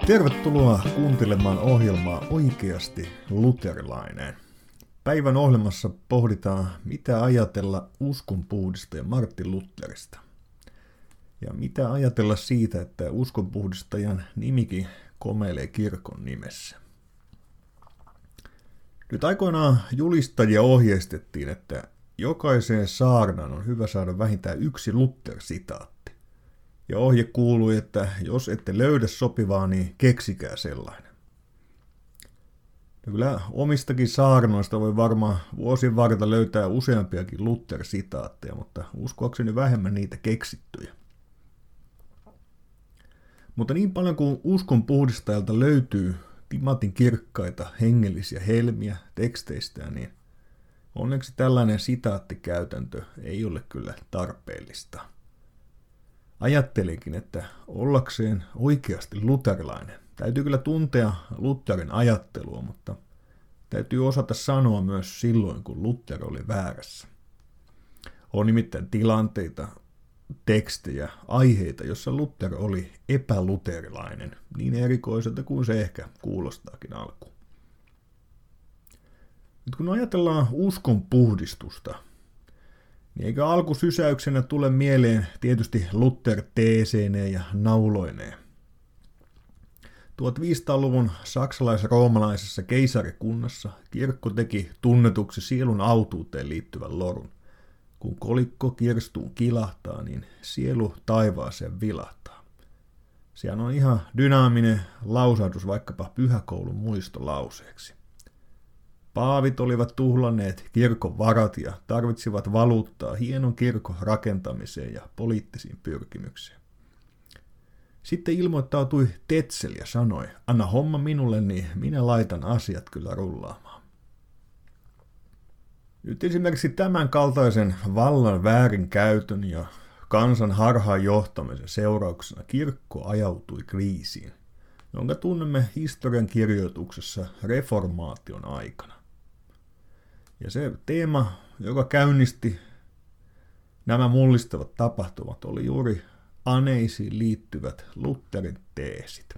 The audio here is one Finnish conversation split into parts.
Tervetuloa kuuntelemaan ohjelmaa Oikeasti luterilainen. Päivän ohjelmassa pohditaan, mitä ajatella uskonpuhdistaja Martin Lutherista. Ja mitä ajatella siitä, että uskonpuhdistajan nimikin komeilee kirkon nimessä. Nyt aikoinaan julistajia ohjeistettiin, että jokaiseen saarnaan on hyvä saada vähintään yksi Luther-sitaatti. Ja ohje kuului, että jos ette löydä sopivaa, niin keksikää sellainen. No kyllä omistakin saarnoista voi varmaan vuosien varrella löytää useampiakin Luther-sitaatteja, mutta uskoakseni vähemmän niitä keksittyjä. Mutta niin paljon kuin uskonpuhdistajalta löytyy timatin kirkkaita hengellisiä helmiä teksteistään, niin onneksi tällainen sitaattikäytäntö ei ole kyllä tarpeellista. Ajattelinkin, että ollakseen oikeasti luterilainen täytyy kyllä tuntea Lutherin ajattelua, mutta täytyy osata sanoa myös silloin, kun Luther oli väärässä. On nimittäin tilanteita, tekstejä, aiheita, jossa Luther oli epäluterilainen, niin erikoiselta kuin se ehkä kuulostaakin alkuun. Nyt kun ajatellaan uskon puhdistusta, niin eikö alkusysäyksenä tule mieleen tietysti Luther teeseineen ja nauloineen. 1500-luvun saksalais-roomalaisessa keisarikunnassa kirkko teki tunnetuksi sielun autuuteen liittyvän lorun. Kun kolikko kirstuun kilahtaa, niin sielu taivaaseen vilahtaa. Sehän on ihan dynaaminen lausahdus vaikkapa pyhäkoulun muistolauseeksi. Paavit olivat tuhlanneet kirkon varat ja tarvitsivat valuuttaa hienon kirkon rakentamiseen ja poliittisiin pyrkimyksiin. Sitten ilmoittautui Tetzel ja sanoi, anna homma minulle, niin minä laitan asiat kyllä rullaamaan. Nyt esimerkiksi tämän kaltaisen vallan väärinkäytön ja kansan harhaan johtamisen seurauksena kirkko ajautui kriisiin, jonka tunnemme historian kirjoituksessa reformaation aikana. Ja se teema, joka käynnisti nämä mullistavat tapahtumat, oli juuri aneisiin liittyvät Lutherin teesit.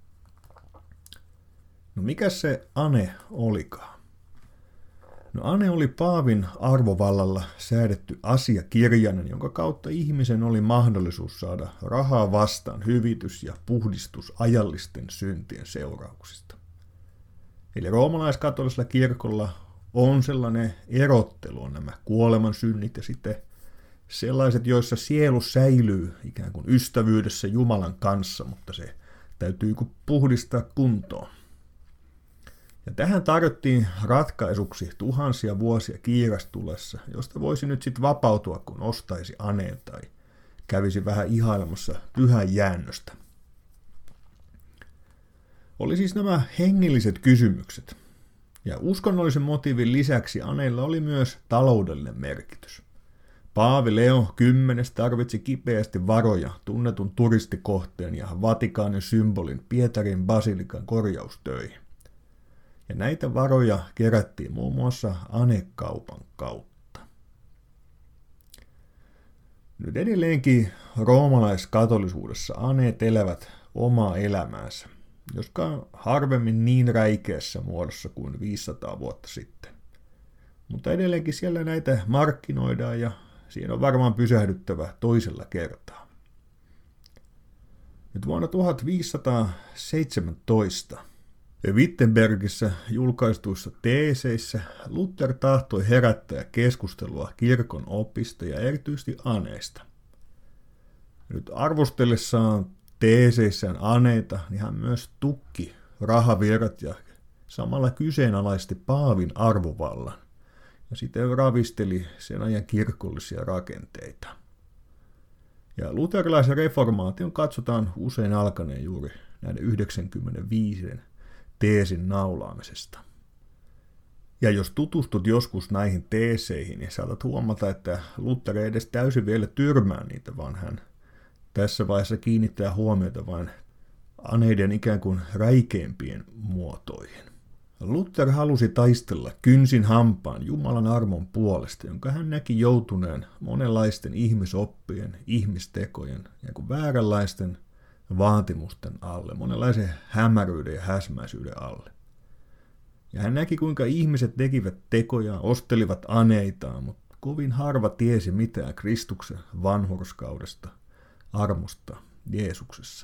No mikä se ane olikaan? No ane oli paavin arvovallalla säädetty asiakirjainen, jonka kautta ihmisen oli mahdollisuus saada rahaa vastaan hyvitys ja puhdistus ajallisten syntien seurauksista. Eli roomalaiskatolisella kirkolla on sellainen erottelu, on nämä kuoleman synnit ja sitten sellaiset, joissa sielu säilyy ikään kuin ystävyydessä Jumalan kanssa, mutta se täytyy puhdistaa kuntoon. Ja tähän tarjottiin ratkaisuksi tuhansia vuosia kiirastulessa, josta voisi nyt sitten vapautua, kun ostaisi aneen tai kävisi vähän ihailemassa pyhän jäännöstä. Oli siis nämä hengelliset kysymykset. Ja uskonnollisen motiivin lisäksi aneilla oli myös taloudellinen merkitys. Paavi Leo X tarvitsi kipeästi varoja tunnetun turistikohteen ja Vatikaanin symbolin Pietarin basilikan korjaustöihin. Ja näitä varoja kerättiin muun muassa anekaupan kautta. Nyt edelleenkin roomalaiskatolisuudessa aneet elävät omaa elämäänsä, joskaan harvemmin niin räikeässä muodossa kuin 500 vuotta sitten. Mutta edelleenkin siellä näitä markkinoidaan ja siinä on varmaan pysähdyttävä toisella kertaa. Nyt vuonna 1517 Wittenbergissä julkaistuissa teeseissä Luther tahtoi herättää keskustelua kirkon opista ja erityisesti aneista. Nyt arvostellessaan teeseissään aneita, niin hän myös tukki rahavirrat ja samalla kyseenalaisti paavin arvovallan ja sitten ravisteli sen ajan kirkollisia rakenteita. Ja luterilaisen reformaation katsotaan usein alkaneen juuri näiden 95 teesin naulaamisesta. Ja jos tutustut joskus näihin teeseihin, niin saatat huomata, että Luther ei edes täysin vielä tyrmää niitä, vaan hän tässä vaiheessa kiinnittää huomiota vain aneiden ikään kuin räikeimpien muotoihin. Luther halusi taistella kynsin hampaan Jumalan armon puolesta, jonka hän näki joutuneen monenlaisten ihmisoppien, ihmistekojen ja vääränlaisten vaatimusten alle, monenlaisen hämäryyden ja häsmäisyyden alle. Ja hän näki, kuinka ihmiset tekivät tekoja, ostelivat aneitaan, mutta kovin harva tiesi mitään Kristuksen vanhurskaudesta, armosta Jeesuksessa.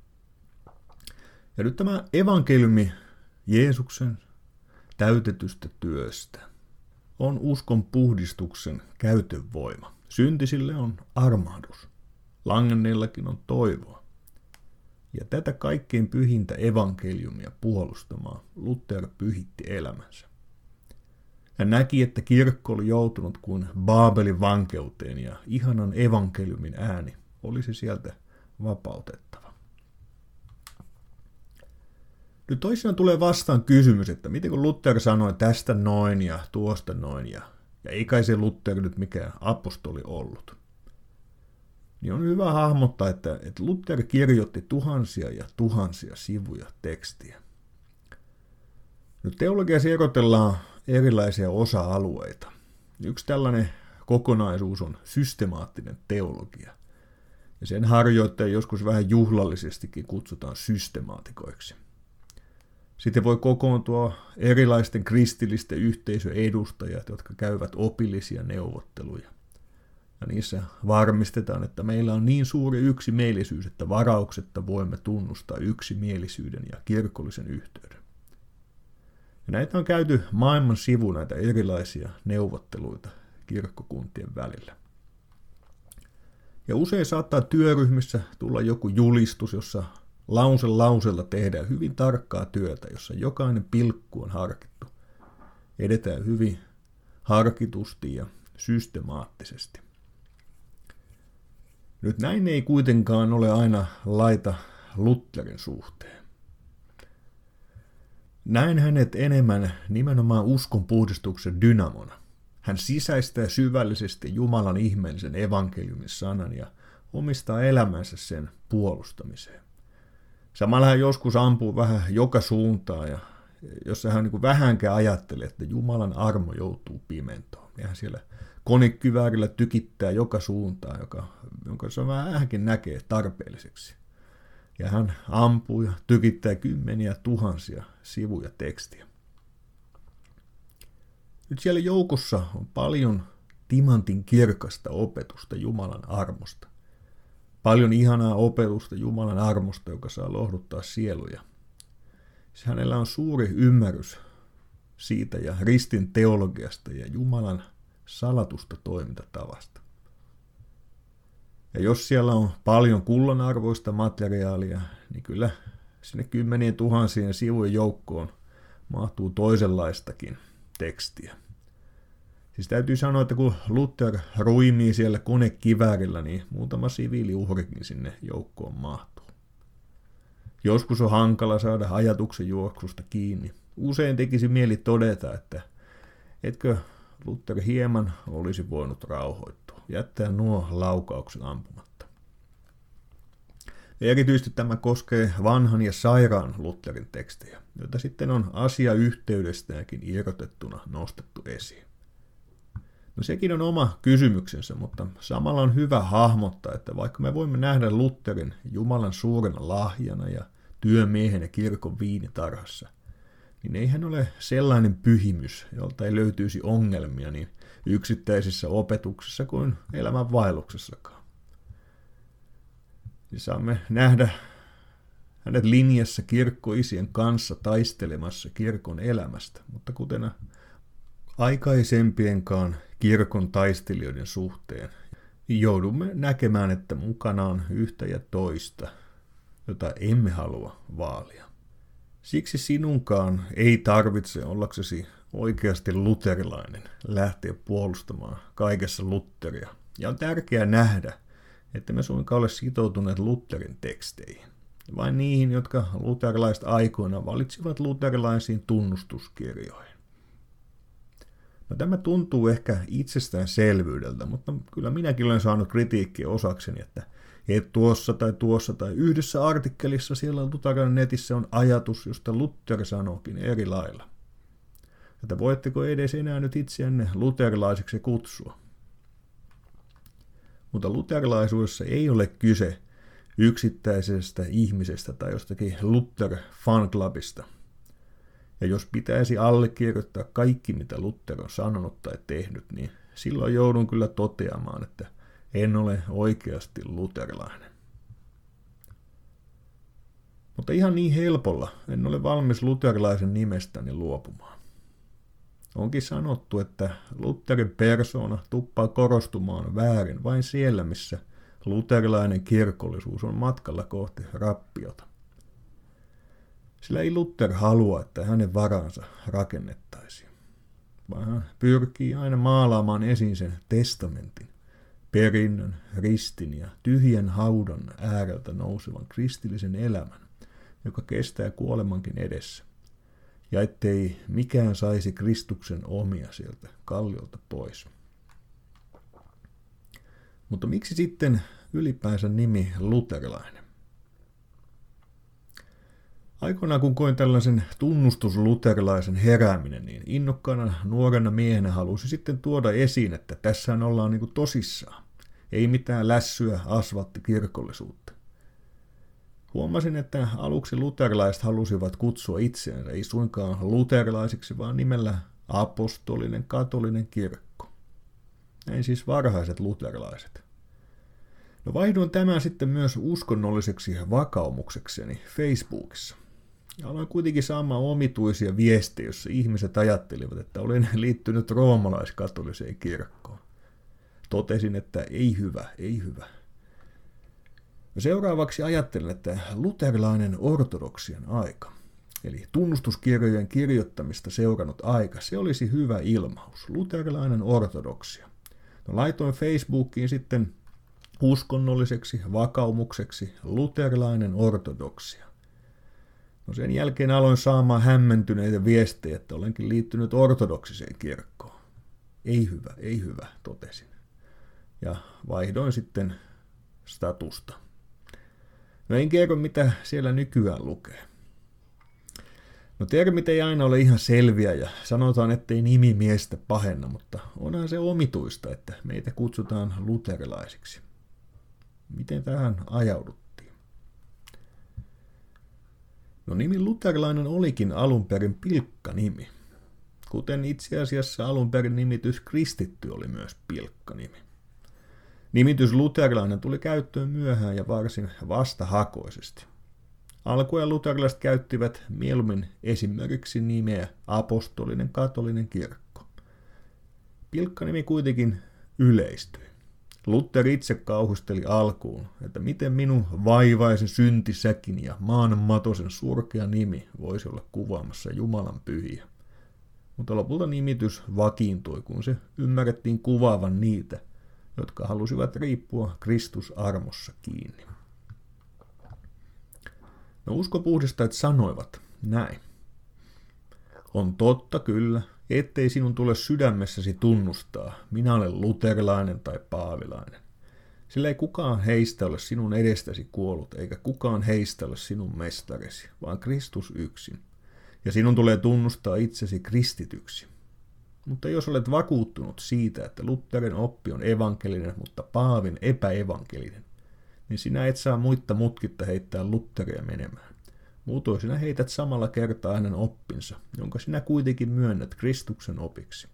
Ja nyt tämä evankeliumi Jeesuksen täytetystä työstä on uskon puhdistuksen käytön voima. Syntisille on armahdus. Langenneillakin on toivoa. Ja tätä kaikkein pyhintä evankeliumia puolustamaan Luther pyhitti elämänsä. Hän näki, että kirkko oli joutunut kuin Baabelin vankeuteen ja ihanan evankeliumin ääni olisi sieltä vapautettava. Nyt toisinaan tulee vastaan kysymys, että miten kun Luther sanoi tästä noin ja tuosta noin, ja ei kai se Luther nyt mikään apostoli ollut. Niin on hyvä hahmottaa, että Luther kirjoitti tuhansia ja tuhansia sivuja tekstiä. Nyt teologiassa erotellaan erilaisia osa-alueita. Yksi tällainen kokonaisuus on systemaattinen teologia. Ja sen harjoittajia joskus vähän juhlallisestikin kutsutaan systemaatikoiksi. Sitten voi kokoontua erilaisten kristillisten yhteisöjen edustajat, jotka käyvät opillisia neuvotteluja. Ja niissä varmistetaan, että meillä on niin suuri yksimielisyys, että varauksetta voimme tunnustaa yksimielisyyden ja kirkollisen yhteyden. Ja näitä on käyty maailman sivu näitä erilaisia neuvotteluita kirkkokuntien välillä. Ja usein saattaa työryhmissä tulla joku julistus, jossa lause lauseella tehdään hyvin tarkkaa työtä, jossa jokainen pilkku on harkittu. Edetään hyvin harkitusti ja systemaattisesti. Nyt näin ei kuitenkaan ole aina laita Lutherin suhteen. Näin hänet enemmän nimenomaan uskonpuhdistuksen dynamona. Hän sisäistää syvällisesti Jumalan ihmeellisen evankeliumin sanan ja omistaa elämänsä sen puolustamiseen. Samalla hän joskus ampuu vähän joka suuntaan, ja jos hän niin vähänkään ajattelee, että Jumalan armo joutuu pimentoon. Ja hän siellä konekyväärillä tykittää joka suuntaan, jonka se vähänkin näkee tarpeelliseksi. Ja hän ampuu ja tykittää kymmeniä tuhansia sivuja tekstiä. Nyt siellä joukossa on paljon timantin kirkasta opetusta Jumalan armosta. Paljon ihanaa opetusta Jumalan armosta, joka saa lohduttaa sieluja. Hänellä on suuri ymmärrys siitä ja ristin teologiasta ja Jumalan salatusta toimintatavasta. Ja jos siellä on paljon kullanarvoista materiaalia, niin kyllä sinne kymmenien tuhansien sivujen joukkoon mahtuu toisenlaistakin tekstiä. Siis täytyy sanoa, että kun Luther ruimii siellä konekiväärillä, niin muutama siviiliuhrikin sinne joukkoon mahtuu. Joskus on hankala saada ajatuksen juoksusta kiinni. Usein tekisi mieli todeta, että etkö Luther hieman olisi voinut rauhoittua, jättää nuo laukaukset ampumatta. Erityisesti tämä koskee vanhan ja sairaan Lutherin tekstejä, joita sitten on asiayhteydestäänkin irrotettuna nostettu esiin. No sekin on oma kysymyksensä, mutta samalla on hyvä hahmottaa, että vaikka me voimme nähdä Lutherin Jumalan suurena lahjana ja työmiehenä kirkon viinitarhassa, niin ei hän ole sellainen pyhimys, jolta ei löytyisi ongelmia niin yksittäisissä opetuksissa kuin elämän vaelluksessakaan. Niin saamme nähdä hänet linjassa kirkkoisien kanssa taistelemassa kirkon elämästä, mutta kuten aikaisempienkaan kirkon taistelijoiden suhteen, joudumme näkemään, että mukana on yhtä ja toista, jota emme halua vaalia. Siksi sinunkaan ei tarvitse ollaksesi oikeasti luterilainen lähteä puolustamaan kaikessa Lutheria. Ja on tärkeää nähdä, että me suinkaan ole sitoutuneet Lutherin teksteihin, vain niihin, jotka luterilaiset aikoina valitsivat luterilaisiin tunnustuskirjoihin. No, tämä tuntuu ehkä itsestäänselvyydeltä, mutta kyllä minäkin olen saanut kritiikkiä osakseni, että tuossa tai yhdessä artikkelissa siellä Lutherin netissä on ajatus, josta Luther sanookin eri lailla. Että voitteko edes enää nyt itseänne luterilaiseksi kutsua? Mutta luterilaisuudessa ei ole kyse yksittäisestä ihmisestä tai jostakin Luther fanclubista. Ja jos pitäisi allekirjoittaa kaikki, mitä Luther on sanonut tai tehnyt, niin silloin joudun kyllä toteamaan, että en ole oikeasti luterilainen. Mutta ihan niin helpolla en ole valmis luterilaisen nimestäni luopumaan. Onkin sanottu, että Lutherin persoona tuppaa korostumaan väärin vain siellä, missä luterilainen kirkollisuus on matkalla kohti rappiota. Sillä ei Luther halua, että hänen varansa rakennettaisiin, vaan hän pyrkii aina maalaamaan esiin sen testamentin, perinnön, ristin ja tyhjän haudan ääreltä nousevan kristillisen elämän, joka kestää kuolemankin edessä, ja ettei mikään saisi Kristuksen omia sieltä kalliolta pois. Mutta miksi sitten ylipäänsä nimi luterilainen? Aikoinaan kun koin tällaisen tunnustusluterilaisen herääminen, niin innokkaana nuorena miehenä halusi sitten tuoda esiin, että tässähän ollaan niin kuin tosissaan. Ei mitään lässyä asfalttikirkollisuutta. Huomasin, että aluksi luterilaiset halusivat kutsua itseänsä ei suinkaan luterilaisiksi, vaan nimellä apostolinen katolinen kirkko. Näin siis varhaiset luterilaiset. No vaihdoin tämän sitten myös uskonnolliseksi vakaumuksekseni Facebookissa. Ja aloin kuitenkin saamaan omituisia viestejä, joissa ihmiset ajattelivat, että olen liittynyt roomalaiskatoliseen kirkkoon. Totesin, että ei hyvä, ei hyvä. Ja seuraavaksi ajattelin, että luterilainen ortodoksian aika, eli tunnustuskirjojen kirjoittamista seurannut aika, se olisi hyvä ilmaus, luterilainen ortodoksia. No, laitoin Facebookiin sitten uskonnolliseksi vakaumukseksi luterilainen ortodoksia. No sen jälkeen aloin saamaan hämmentyneitä viestejä, että olenkin liittynyt ortodoksiseen kirkkoon. Ei hyvä, totesin. Ja vaihdoin sitten statusta. No en kerro, mitä siellä nykyään lukee. No termit ei aina ole ihan selviä ja sanotaan, ettei nimi miestä pahenna, mutta onhan se omituista, että meitä kutsutaan luterilaisiksi. Miten tähän ajauduttiin? No nimi luterilainen olikin alun perin pilkkanimi, kuten itse asiassa alun perin nimitys kristitty oli myös pilkkanimi. Nimitys luterilainen tuli käyttöön myöhään ja varsin vastahakoisesti. Alkuajan luterilaiset käyttivät mieluummin esimerkiksi nimeä apostolinen katolinen kirkko. Pilkkanimi kuitenkin yleistyi. Luther itse kauhisteli alkuun, että miten minun vaivaisen syntisäkin ja maanmatoisen surkea nimi voisi olla kuvaamassa Jumalan pyhiä. Mutta lopulta nimitys vakiintui, kun se ymmärrettiin kuvaavan niitä, jotka halusivat riippua Kristusarmossa kiinni. No uskopuhdistajat sanoivat näin. On totta kyllä, ettei sinun tule sydämessäsi tunnustaa, minä olen luterilainen tai paavilainen. Sillä ei kukaan heistä ole sinun edestäsi kuollut, eikä kukaan heistä ole sinun mestaresi, vaan Kristus yksin. Ja sinun tulee tunnustaa itsesi kristityksi. Mutta jos olet vakuuttunut siitä, että Lutherin oppi on evankelinen, mutta Paavin epäevankelinen, niin sinä et saa muitta mutkitta heittää Lutheria menemään. Muutoin sinä heität samalla kertaa hänen oppinsa, jonka sinä kuitenkin myönnät Kristuksen opiksi.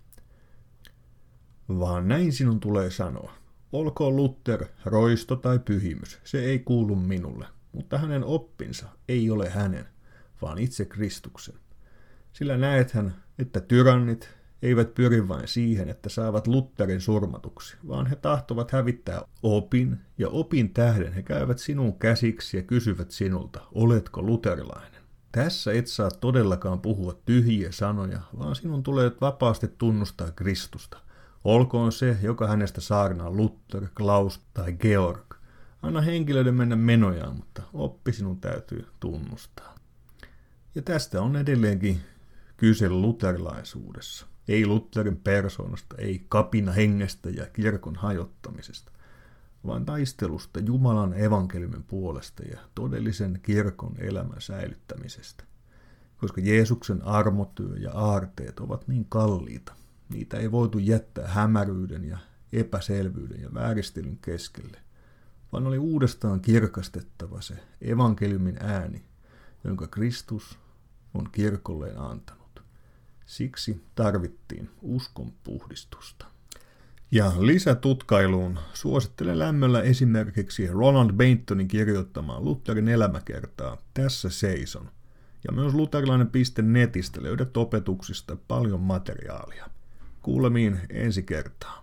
Vaan näin sinun tulee sanoa. Olkoon Luther, roisto tai pyhimys, se ei kuulu minulle, mutta hänen oppinsa ei ole hänen, vaan itse Kristuksen. Sillä näethän, että tyrannit eivät pyri vain siihen, että saavat Lutherin surmatuksi, vaan he tahtovat hävittää opin, ja opin tähden he käyvät sinun käsiksi ja kysyvät sinulta, oletko luterilainen. Tässä et saa todellakaan puhua tyhjiä sanoja, vaan sinun tulee vapaasti tunnustaa Kristusta. Olkoon se, joka hänestä saarnaa Luther, Klaus tai Georg. Anna henkilöiden mennä menojaan, mutta oppi sinun täytyy tunnustaa. Ja tästä on edelleenkin kyse luterilaisuudessa. Ei Lutherin persoonasta, ei kapina hengestä ja kirkon hajottamisesta, vaan taistelusta Jumalan evankeliumin puolesta ja todellisen kirkon elämän säilyttämisestä. Koska Jeesuksen armotyö ja aarteet ovat niin kalliita, niitä ei voitu jättää hämäryyden ja epäselvyyden ja vääristelyn keskelle, vaan oli uudestaan kirkastettava se evankeliumin ääni, jonka Kristus on kirkolleen antanut. Siksi tarvittiin uskon puhdistusta. Ja lisätutkailuun suosittelen lämmöllä esimerkiksi Ronald Baintonin kirjoittamaa Lutherin elämäkertaa Tässä seison. Ja myös luterilainen.netistä löydät opetuksista paljon materiaalia. Kuulemiin ensi kertaa.